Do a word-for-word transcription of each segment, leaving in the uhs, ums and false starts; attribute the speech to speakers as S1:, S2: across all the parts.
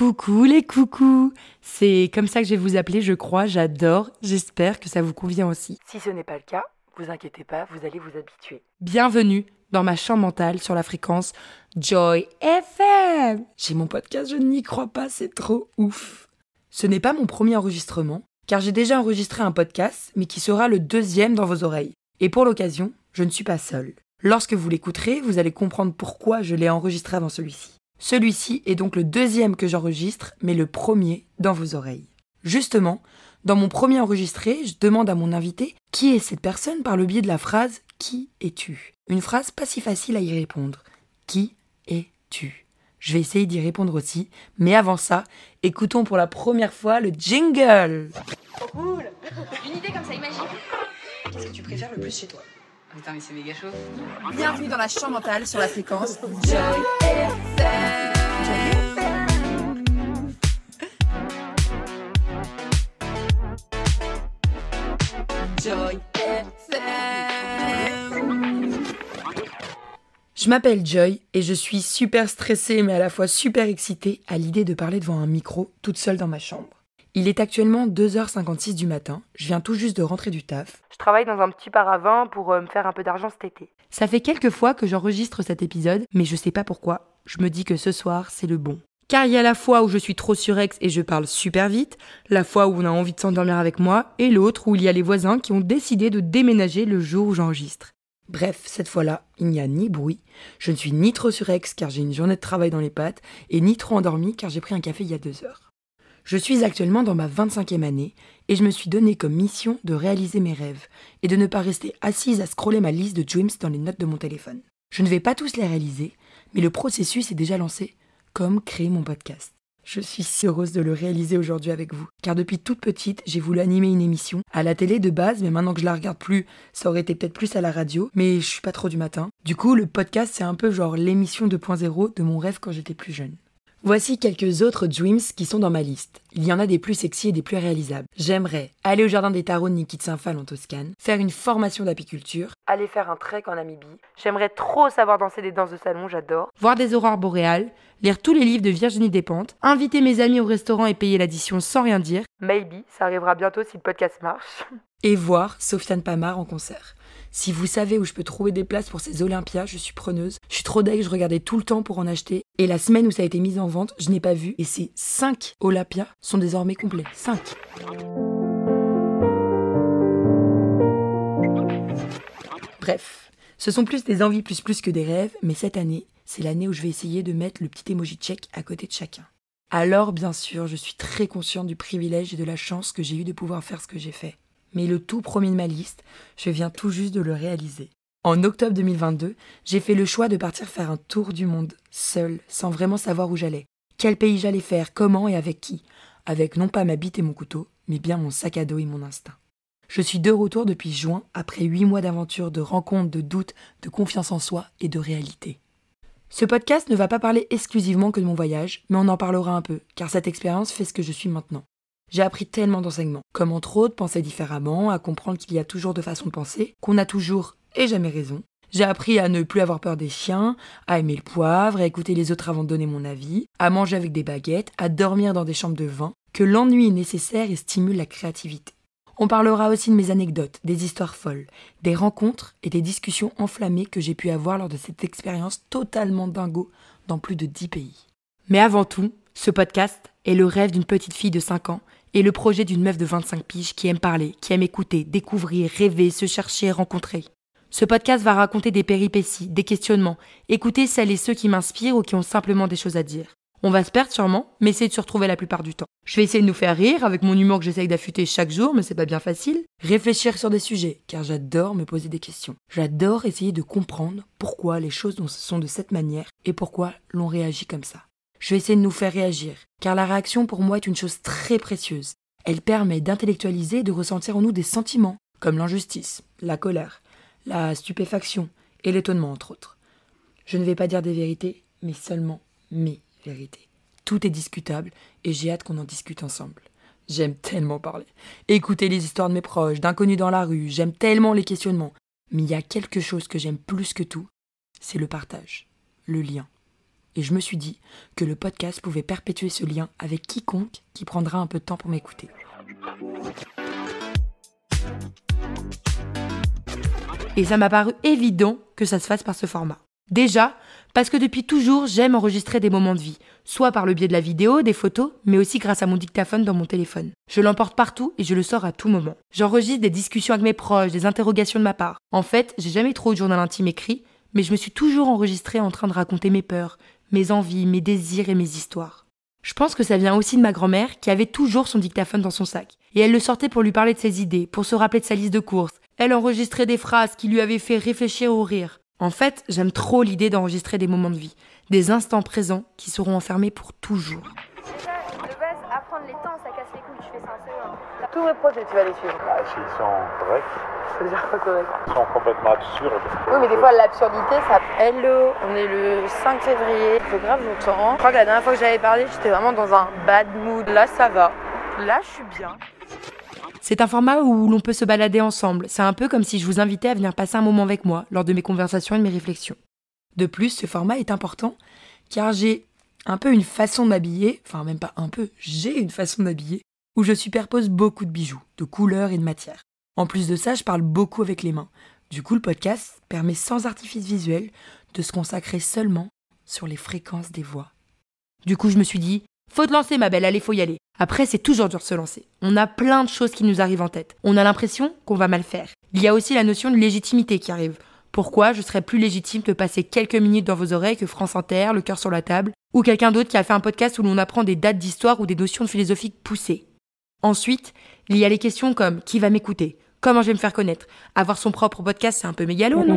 S1: Coucou les coucous, c'est comme ça que je vais vous appeler, je crois, j'adore, j'espère que ça vous convient aussi. Si ce n'est pas le cas, vous inquiétez pas, vous allez vous habituer. Bienvenue dans ma chambre mentale sur la fréquence Joy F M. J'ai mon podcast, je n'y crois pas, c'est trop ouf. Ce n'est pas mon premier enregistrement, car j'ai déjà enregistré un podcast, mais qui sera le deuxième dans vos oreilles. Et pour l'occasion, je ne suis pas seule. Lorsque vous l'écouterez, vous allez comprendre pourquoi je l'ai enregistré avant celui-ci. Celui-ci est donc le deuxième que j'enregistre, mais le premier dans vos oreilles. Justement, dans mon premier enregistré, je demande à mon invité qui est cette personne par le biais de la phrase « Qui es-tu » Une phrase pas si facile à y répondre. Qui es-tu ? Je vais essayer d'y répondre aussi, mais avant ça, écoutons pour la première fois le jingle.
S2: Trop cool. Une idée comme ça, imagine.
S3: Qu'est-ce que tu préfères le plus chez toi ?
S2: Putain, mais c'est méga chaud.
S3: Bienvenue dans la chambre mentale sur la fréquence Joy F M. Joy F M.
S1: Je m'appelle Joy et je suis super stressée mais à la fois super excitée à l'idée de parler devant un micro toute seule dans ma chambre. Il est actuellement deux heures cinquante-six du matin, je viens tout juste de rentrer du taf. Je travaille dans un petit paravent pour euh, me faire un peu d'argent cet été. Ça fait quelques fois que j'enregistre cet épisode, mais je sais pas pourquoi. Je me dis que ce soir, c'est le bon. Car il y a la fois où je suis trop surex et je parle super vite, la fois où on a envie de s'endormir avec moi, et l'autre où il y a les voisins qui ont décidé de déménager le jour où j'enregistre. Bref, cette fois-là, il n'y a ni bruit, je ne suis ni trop surex car j'ai une journée de travail dans les pattes, et ni trop endormie car j'ai pris un café il y a deux heures. Je suis actuellement dans ma vingt-cinquième année et je me suis donné comme mission de réaliser mes rêves et de ne pas rester assise à scroller ma liste de dreams dans les notes de mon téléphone. Je ne vais pas tous les réaliser, mais le processus est déjà lancé, comme créer mon podcast. Je suis si heureuse de le réaliser aujourd'hui avec vous, car depuis toute petite, j'ai voulu animer une émission, à la télé de base, mais maintenant que je la regarde plus, ça aurait été peut-être plus à la radio, mais je suis pas trop du matin. Du coup, le podcast, c'est un peu genre l'émission deux point zéro de mon rêve quand j'étais plus jeune. Voici quelques autres dreams qui sont dans ma liste. Il y en a des plus sexy et des plus réalisables. J'aimerais aller au jardin des tarots de Niki de Saint-Phal en Toscane, faire une formation d'apiculture, aller faire un trek en Namibie. J'aimerais trop savoir danser des danses de salon, j'adore. Voir des aurores boréales, lire tous les livres de Virginie Despentes, inviter mes amis au restaurant et payer l'addition sans rien dire. Maybe, ça arrivera bientôt si le podcast marche. Et voir Sofiane Pamart en concert. Si vous savez où je peux trouver des places pour ces Olympias, je suis preneuse. Je suis trop deg, je regardais tout le temps pour en acheter. Et la semaine où ça a été mis en vente, je n'ai pas vu. Et ces cinq Olympias sont désormais complets. cinq. Bref, ce sont plus des envies plus plus que des rêves, mais cette année, c'est l'année où je vais essayer de mettre le petit emoji check à côté de chacun. Alors, bien sûr, je suis très consciente du privilège et de la chance que j'ai eu de pouvoir faire ce que j'ai fait. Mais le tout premier de ma liste, je viens tout juste de le réaliser. En octobre deux mille vingt-deux, j'ai fait le choix de partir faire un tour du monde, seule, sans vraiment savoir où j'allais. Quel pays j'allais faire, comment et avec qui. Avec non pas ma bite et mon couteau, mais bien mon sac à dos et mon instinct. Je suis de retour depuis juin, après huit mois d'aventure, de rencontres, de doutes, de confiance en soi et de réalité. Ce podcast ne va pas parler exclusivement que de mon voyage, mais on en parlera un peu, car cette expérience fait ce que je suis maintenant. J'ai appris tellement d'enseignements, comme entre autres penser différemment, à comprendre qu'il y a toujours deux façons de penser, qu'on a toujours et jamais raison. J'ai appris à ne plus avoir peur des chiens, à aimer le poivre, à écouter les autres avant de donner mon avis, à manger avec des baguettes, à dormir dans des chambres de vin, que l'ennui est nécessaire et stimule la créativité. On parlera aussi de mes anecdotes, des histoires folles, des rencontres et des discussions enflammées que j'ai pu avoir lors de cette expérience totalement dingo dans plus de dix pays. Mais avant tout, ce podcast est le rêve d'une petite fille de cinq ans et le projet d'une meuf de vingt-cinq piges qui aime parler, qui aime écouter, découvrir, rêver, se chercher, rencontrer. Ce podcast va raconter des péripéties, des questionnements, écouter celles et ceux qui m'inspirent ou qui ont simplement des choses à dire. On va se perdre sûrement, mais essayer de se retrouver la plupart du temps. Je vais essayer de nous faire rire avec mon humour que j'essaye d'affûter chaque jour, mais c'est pas bien facile. Réfléchir sur des sujets, car j'adore me poser des questions. J'adore essayer de comprendre pourquoi les choses sont de cette manière et pourquoi l'on réagit comme ça. Je vais essayer de nous faire réagir, car la réaction pour moi est une chose très précieuse. Elle permet d'intellectualiser et de ressentir en nous des sentiments, comme l'injustice, la colère, la stupéfaction et l'étonnement entre autres. Je ne vais pas dire des vérités, mais seulement mes vérités. Tout est discutable et j'ai hâte qu'on en discute ensemble. J'aime tellement parler. Écouter les histoires de mes proches, d'inconnus dans la rue, j'aime tellement les questionnements. Mais il y a quelque chose que j'aime plus que tout, c'est le partage, le lien. et je me suis dit que le podcast pouvait perpétuer ce lien avec quiconque qui prendra un peu de temps pour m'écouter. Et ça m'a paru évident que ça se fasse par ce format. Déjà, parce que depuis toujours, j'aime enregistrer des moments de vie, soit par le biais de la vidéo, des photos, mais aussi grâce à mon dictaphone dans mon téléphone. Je l'emporte partout et je le sors à tout moment. J'enregistre des discussions avec mes proches, des interrogations de ma part. En fait, j'ai jamais trop de journal intime écrit, mais je me suis toujours enregistrée en train de raconter mes peurs, mes envies, mes désirs et mes histoires. Je pense que ça vient aussi de ma grand-mère qui avait toujours son dictaphone dans son sac. Et elle le sortait pour lui parler de ses idées, pour se rappeler de sa liste de courses. Elle enregistrait des phrases qui lui avaient fait réfléchir ou rire. En fait, j'aime trop l'idée d'enregistrer des moments de vie, des instants présents qui seront enfermés pour toujours.
S4: Déjà, de base, apprendre les temps, ça casse les couilles, je fais ça un seul. Tous mes projets, tu vas les suivre.
S5: Bah, s'ils sont corrects.
S4: C'est-à-dire pas correct.
S5: Ils sont complètement absurdes.
S4: Oui, mais des fois, l'absurdité, ça... Hello, on est le cinq février, il fait grave longtemps. Je crois que la dernière fois que j'avais parlé, j'étais vraiment dans un bad mood. Là, ça va. Là, je suis bien.
S1: C'est un format où l'on peut se balader ensemble. C'est un peu comme si je vous invitais à venir passer un moment avec moi lors de mes conversations et de mes réflexions. De plus, ce format est important car j'ai un peu une façon de m'habiller, enfin même pas un peu, j'ai une façon de m'habiller où je superpose beaucoup de bijoux, de couleurs et de matières. En plus de ça, je parle beaucoup avec les mains. Du coup, le podcast permet sans artifice visuel de se consacrer seulement sur les fréquences des voix. Du coup, je me suis dit, faut te lancer ma belle, allez, faut y aller. Après, c'est toujours dur de se lancer. On a plein de choses qui nous arrivent en tête. On a l'impression qu'on va mal faire. Il y a aussi la notion de légitimité qui arrive. Pourquoi je serais plus légitime de passer quelques minutes dans vos oreilles que France Inter, Le Cœur sur la table, ou quelqu'un d'autre qui a fait un podcast où l'on apprend des dates d'histoire ou des notions philosophiques poussées. Ensuite, il y a les questions comme qui va m'écouter, comment je vais me faire connaître. Avoir son propre podcast, c'est un peu mégalo, non ?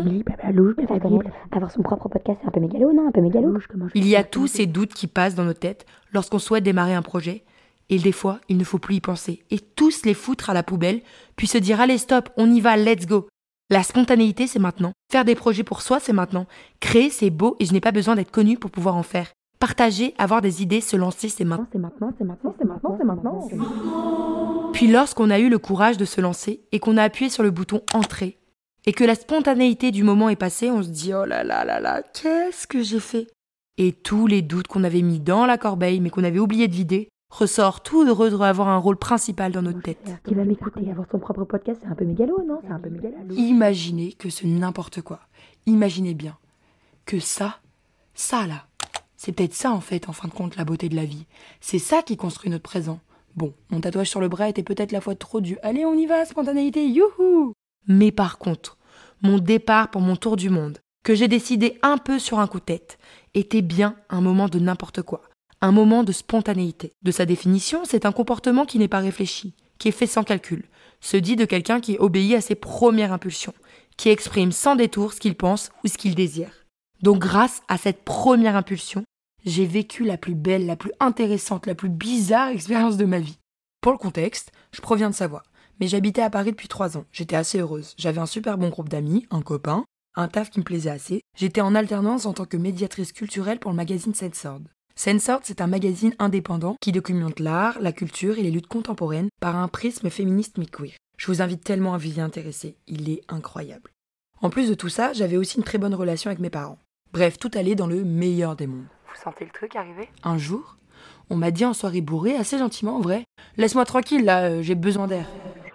S6: Avoir son propre podcast, c'est un peu mégalo, non ? Un peu mégalo.
S1: Il y a tous ces doutes qui passent dans nos têtes lorsqu'on souhaite démarrer un projet. Et des fois, il ne faut plus y penser. Et tous les foutre à la poubelle, puis se dire « Allez, stop, on y va, let's go !» La spontanéité, c'est maintenant. Faire des projets pour soi, c'est maintenant. Créer, c'est beau et je n'ai pas besoin d'être connu pour pouvoir en faire. Partager, avoir des idées, se lancer, c'est maintenant.
S6: C'est maintenant, c'est maintenant, c'est maintenant, c'est maintenant.
S1: Puis lorsqu'on a eu le courage de se lancer et qu'on a appuyé sur le bouton « Entrer » et que la spontanéité du moment est passée, on se dit « Oh là là là là, qu'est-ce que j'ai fait ?» Et tous les doutes qu'on avait mis dans la corbeille mais qu'on avait oublié de vider ressort tout heureux de avoir un rôle principal dans notre tête.
S6: Qui va m'écouter, avoir son propre podcast, c'est un peu mégalo, non ? C'est un peu mégalo.
S1: Imaginez que c'est n'importe quoi. Imaginez bien que ça, ça là, c'est peut-être ça en fait, en fin de compte, la beauté de la vie. C'est ça qui construit notre présent. Bon, mon tatouage sur le bras était peut-être la fois trop du « Allez, on y va, spontanéité, youhou !» Mais par contre, mon départ pour mon tour du monde, que j'ai décidé un peu sur un coup de tête, était bien un moment de n'importe quoi. Un moment de spontanéité. De sa définition, c'est un comportement qui n'est pas réfléchi, qui est fait sans calcul, se dit de quelqu'un qui obéit à ses premières impulsions, qui exprime sans détour ce qu'il pense ou ce qu'il désire. Donc grâce à cette première impulsion, j'ai vécu la plus belle, la plus intéressante, la plus bizarre expérience de ma vie. Pour le contexte, je proviens de Savoie, mais j'habitais à Paris depuis trois ans. J'étais assez heureuse. J'avais un super bon groupe d'amis, un copain, un taf qui me plaisait assez. J'étais en alternance en tant que médiatrice culturelle pour le magazine Censored. Censored, c'est un magazine indépendant qui documente l'art, la culture et les luttes contemporaines par un prisme féministe mais queer. Je vous invite tellement à vous y intéresser, il est incroyable. En plus de tout ça, j'avais aussi une très bonne relation avec mes parents. Bref, tout allait dans le meilleur des mondes.
S4: Vous sentez le truc arriver ?
S1: Un jour, on m'a dit en soirée bourrée, assez gentiment en vrai, « Laisse-moi tranquille là, euh, j'ai besoin d'air. »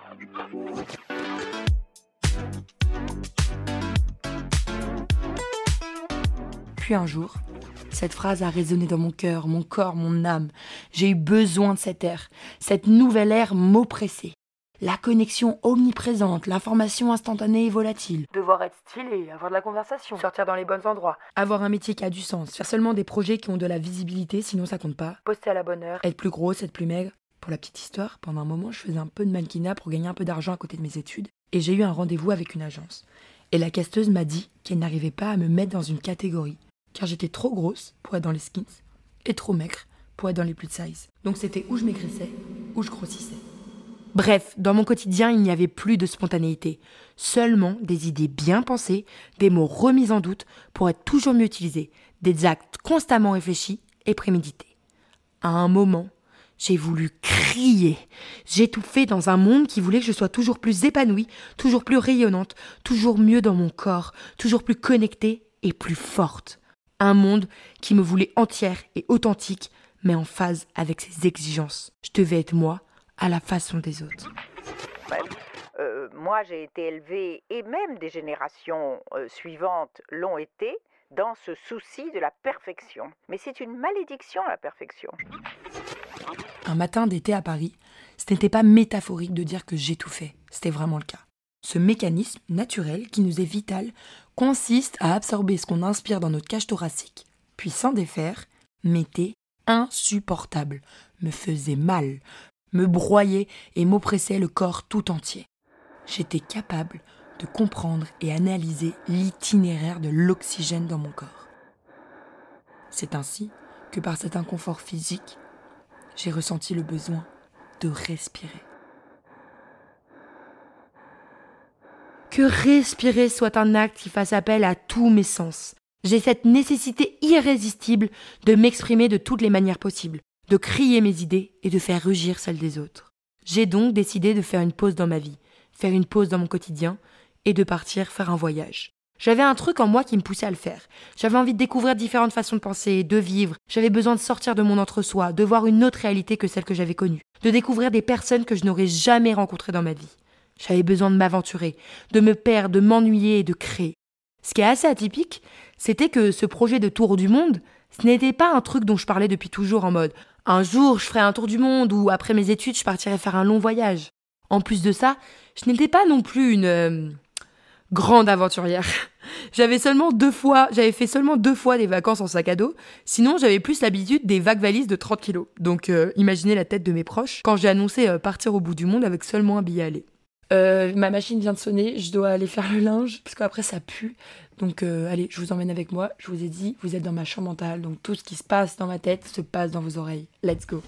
S1: Puis un jour, cette phrase a résonné dans mon cœur, mon corps, mon âme. J'ai eu besoin de cet air. Cette nouvelle air m'oppressait. La connexion omniprésente, l'information instantanée et volatile.
S4: Devoir être stylé, avoir de la conversation, sortir dans les bons endroits,
S1: Avoir un métier qui a du sens, faire seulement des projets qui ont de la visibilité, sinon ça compte pas.
S4: poster à la bonne heure.
S1: Être plus grosse, être plus maigre. Pour la petite histoire, pendant un moment, je faisais un peu de mannequinat pour gagner un peu d'argent à côté de mes études. Et j'ai eu un rendez-vous avec une agence. Et la casteuse m'a dit qu'elle n'arrivait pas à me mettre dans une catégorie. Car j'étais trop grosse pour être dans les skins et trop maigre pour être dans les plus de size. Donc c'était où je maigrissais, où je grossissais. Bref, dans mon quotidien, il n'y avait plus de spontanéité. Seulement des idées bien pensées, des mots remis en doute pour être toujours mieux utilisés, des actes constamment réfléchis et prémédités. À un moment, j'ai voulu crier, j'étouffais dans un monde qui voulait que je sois toujours plus épanouie, toujours plus rayonnante, toujours mieux dans mon corps, toujours plus connectée et plus forte. Un monde qui me voulait entière et authentique, mais en phase avec ses exigences. Je devais être moi, à la façon des autres.
S7: Euh, moi, j'ai été élevée, et même des générations euh, suivantes l'ont été, dans ce souci de la perfection. Mais c'est une malédiction, la perfection.
S1: Un matin d'été à Paris, ce n'était pas métaphorique de dire que j'étouffais. C'était vraiment le cas. Ce mécanisme naturel qui nous est vital consiste à absorber ce qu'on inspire dans notre cage thoracique, puis s'en défaire, m'était insupportable, me faisait mal, me broyait et m'oppressait le corps tout entier. J'étais capable de comprendre et analyser l'itinéraire de l'oxygène dans mon corps. C'est ainsi que par cet inconfort physique, j'ai ressenti le besoin de respirer. Que respirer soit un acte qui fasse appel à tous mes sens. J'ai cette nécessité irrésistible de m'exprimer de toutes les manières possibles, de crier mes idées et de faire rugir celles des autres. J'ai donc décidé de faire une pause dans ma vie, faire une pause dans mon quotidien et de partir faire un voyage. J'avais un truc en moi qui me poussait à le faire. J'avais envie de découvrir différentes façons de penser, de vivre. J'avais besoin de sortir de mon entre-soi, de voir une autre réalité que celle que j'avais connue, de découvrir des personnes que je n'aurais jamais rencontrées dans ma vie. J'avais besoin de m'aventurer, de me perdre, de m'ennuyer et de créer. Ce qui est assez atypique, c'était que ce projet de tour du monde, ce n'était pas un truc dont je parlais depuis toujours en mode « un jour je ferai un tour du monde » ou « après mes études je partirai faire un long voyage ». En plus de ça, je n'étais pas non plus une euh, grande aventurière. J'avais seulement deux fois, j'avais fait seulement deux fois des vacances en sac à dos. Sinon, j'avais plus l'habitude des vagues valises de trente kilos. Donc, euh, imaginez la tête de mes proches quand j'ai annoncé euh, partir au bout du monde avec seulement un billet aller. Euh, ma machine vient de sonner, je dois aller faire le linge, parce qu'après ça pue. Donc euh, allez, je vous emmène avec moi. Je vous ai dit, vous êtes dans ma chambre mentale, donc tout ce qui se passe dans ma tête se passe dans vos oreilles. Let's go.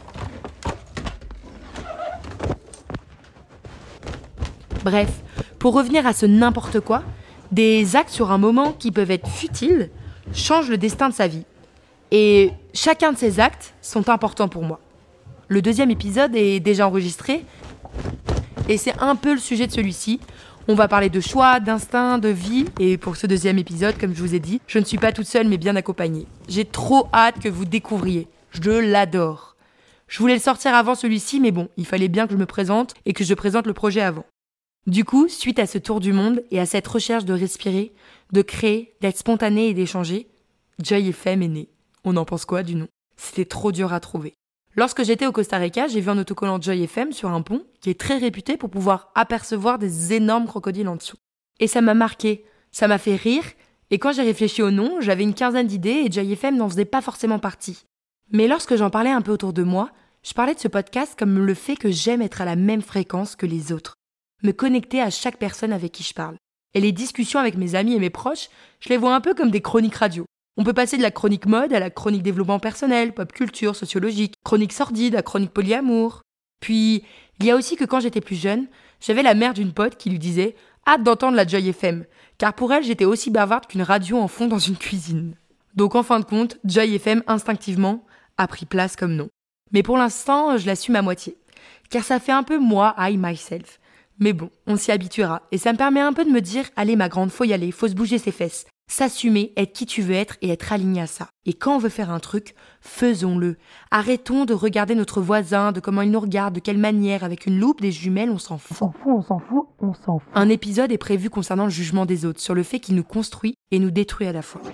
S1: Bref, pour revenir à ce n'importe quoi, des actes sur un moment qui peuvent être futiles changent le destin de sa vie. Et chacun de ces actes sont importants pour moi. Le deuxième épisode est déjà enregistré, et c'est un peu le sujet de celui-ci. On va parler de choix, d'instinct, de vie. Et pour ce deuxième épisode, comme je vous ai dit, je ne suis pas toute seule mais bien accompagnée. J'ai trop hâte que vous découvriez. Je l'adore. Je voulais le sortir avant celui-ci, mais bon, il fallait bien que je me présente et que je présente le projet avant. Du coup, suite à ce tour du monde et à cette recherche de respirer, de créer, d'être spontané et d'échanger, Joy F M est né. On en pense quoi du nom ? C'était trop dur à trouver. Lorsque j'étais au Costa Rica, j'ai vu un autocollant Joy F M sur un pont qui est très réputé pour pouvoir apercevoir des énormes crocodiles en dessous. Et ça m'a marqué, ça m'a fait rire, et quand j'ai réfléchi au nom, j'avais une quinzaine d'idées et Joy F M n'en faisait pas forcément partie. Mais lorsque j'en parlais un peu autour de moi, je parlais de ce podcast comme le fait que j'aime être à la même fréquence que les autres, me connecter à chaque personne avec qui je parle. Et les discussions avec mes amis et mes proches, je les vois un peu comme des chroniques radio. On peut passer de la chronique mode à la chronique développement personnel, pop culture, sociologique, chronique sordide à chronique polyamour. Puis, il y a aussi que quand j'étais plus jeune, j'avais la mère d'une pote qui lui disait « hâte d'entendre la Joy F M », car pour elle, j'étais aussi bavarde qu'une radio en fond dans une cuisine. Donc en fin de compte, Joy F M, instinctivement, a pris place comme nom. Mais pour l'instant, je l'assume à moitié, car ça fait un peu moi, I, myself. Mais bon, on s'y habituera, et ça me permet un peu de me dire « allez ma grande, faut y aller, faut se bouger ses fesses ». S'assumer, être qui tu veux être et être aligné à ça. Et quand on veut faire un truc, faisons-le. Arrêtons de regarder notre voisin, de comment il nous regarde, de quelle manière, avec une loupe, des jumelles, on s'en fout.
S6: On s'en fout, on s'en fout.
S1: Un épisode est prévu concernant le jugement des autres, sur le fait qu'il nous construit et nous détruit à la fois.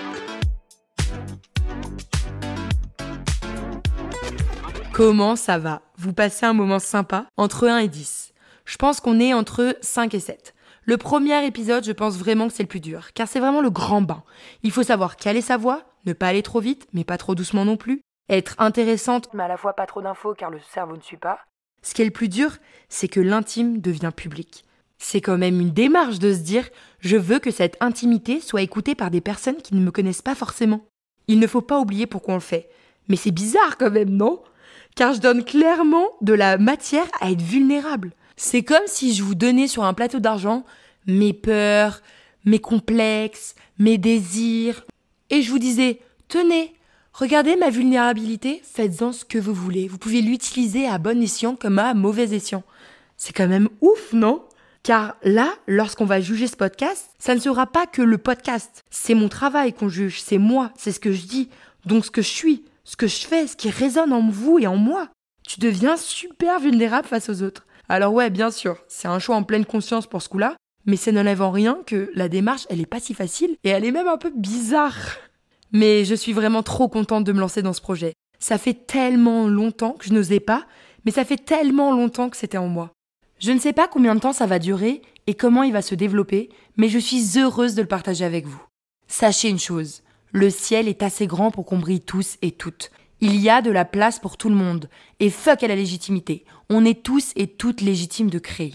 S1: Comment ça va ? Vous passez un moment sympa entre un et dix. Je pense qu'on est entre cinq et sept. Le premier épisode, je pense vraiment que c'est le plus dur, car c'est vraiment le grand bain. Il faut savoir caler sa voix, ne pas aller trop vite, mais pas trop doucement non plus, être intéressante, mais à la fois pas trop d'infos, car le cerveau ne suit pas. Ce qui est le plus dur, c'est que l'intime devient public. C'est quand même une démarche de se dire « je veux que cette intimité soit écoutée par des personnes qui ne me connaissent pas forcément ». Il ne faut pas oublier pourquoi on le fait. Mais c'est bizarre quand même, non ? Car je donne clairement de la matière à être vulnérable. C'est comme si je vous donnais sur un plateau d'argent mes peurs, mes complexes, mes désirs. Et je vous disais, tenez, regardez ma vulnérabilité, faites-en ce que vous voulez. Vous pouvez l'utiliser à bon escient comme à mauvais escient. C'est quand même ouf, non ? Car là, lorsqu'on va juger ce podcast, ça ne sera pas que le podcast. C'est mon travail qu'on juge, c'est moi, c'est ce que je dis, donc ce que je suis, ce que je fais, ce qui résonne en vous et en moi. Tu deviens super vulnérable face aux autres. Alors ouais, bien sûr, c'est un choix en pleine conscience pour ce coup-là, mais ça n'enlève en rien que la démarche, elle est pas si facile et elle est même un peu bizarre. Mais je suis vraiment trop contente de me lancer dans ce projet. Ça fait tellement longtemps que je n'osais pas, mais ça fait tellement longtemps que c'était en moi. Je ne sais pas combien de temps ça va durer et comment il va se développer, mais je suis heureuse de le partager avec vous. Sachez une chose, le ciel est assez grand pour qu'on brille tous et toutes. Il y a de la place pour tout le monde. Et fuck à la légitimité. On est tous et toutes légitimes de créer.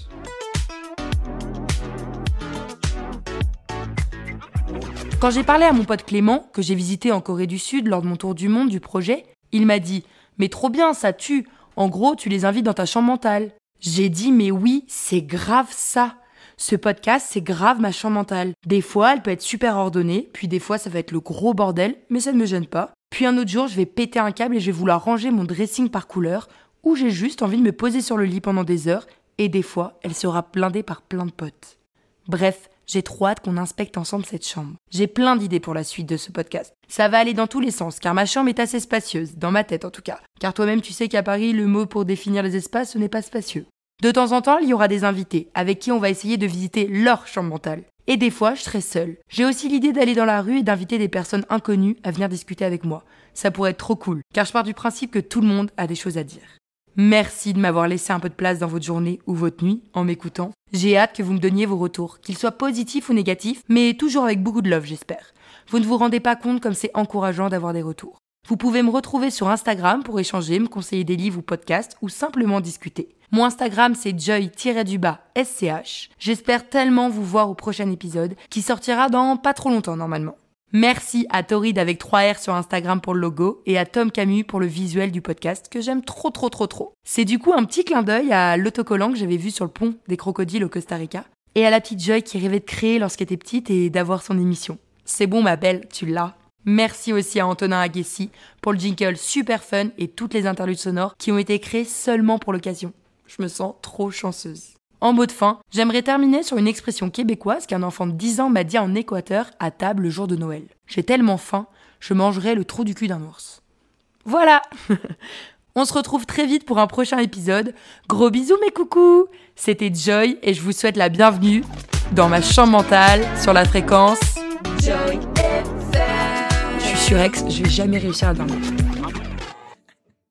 S1: Quand j'ai parlé à mon pote Clément, que j'ai visité en Corée du Sud lors de mon tour du monde du projet, il m'a dit « Mais trop bien, ça tue. En gros, tu les invites dans ta chambre mentale. » J'ai dit « Mais oui, c'est grave ça. Ce podcast, c'est grave ma chambre mentale. Des fois, elle peut être super ordonnée, puis des fois, ça va être le gros bordel, mais ça ne me gêne pas. Puis un autre jour, je vais péter un câble et je vais vouloir ranger mon dressing par couleur, ou j'ai juste envie de me poser sur le lit pendant des heures, et des fois, elle sera blindée par plein de potes. Bref, j'ai trop hâte qu'on inspecte ensemble cette chambre. J'ai plein d'idées pour la suite de ce podcast. Ça va aller dans tous les sens, car ma chambre est assez spacieuse, dans ma tête en tout cas. Car toi-même, tu sais qu'à Paris, le mot pour définir les espaces, ce n'est pas spacieux. De temps en temps, il y aura des invités, avec qui on va essayer de visiter leur chambre mentale. Et des fois, je serai seule. J'ai aussi l'idée d'aller dans la rue et d'inviter des personnes inconnues à venir discuter avec moi. Ça pourrait être trop cool, car je pars du principe que tout le monde a des choses à dire. Merci de m'avoir laissé un peu de place dans votre journée ou votre nuit en m'écoutant. J'ai hâte que vous me donniez vos retours, qu'ils soient positifs ou négatifs, mais toujours avec beaucoup de love, j'espère. Vous ne vous rendez pas compte comme c'est encourageant d'avoir des retours. Vous pouvez me retrouver sur Instagram pour échanger, me conseiller des livres ou podcasts ou simplement discuter. Mon Instagram, c'est joy-du-bas S C H. J'espère tellement vous voir au prochain épisode qui sortira dans pas trop longtemps normalement. Merci à Torrid avec trois R sur Instagram pour le logo et à Tom Camus pour le visuel du podcast que j'aime trop trop trop trop. C'est du coup un petit clin d'œil à l'autocollant que j'avais vu sur le pont des crocodiles au Costa Rica et à la petite Joy qui rêvait de créer lorsqu'elle était petite et d'avoir son émission. C'est bon ma belle, tu l'as. Merci aussi à Antonin Aguessi pour le jingle super fun et toutes les interludes sonores qui ont été créées seulement pour l'occasion. Je me sens trop chanceuse. En mot de fin, j'aimerais terminer sur une expression québécoise qu'un enfant de dix ans m'a dit en Équateur à table le jour de Noël. J'ai tellement faim, je mangerai le trou du cul d'un ours. Voilà. On se retrouve très vite pour un prochain épisode. Gros bisous mes coucous. C'était Joy et je vous souhaite la bienvenue dans ma chambre mentale sur la fréquence Joy F M. Je suis surex, je vais jamais réussir à dormir.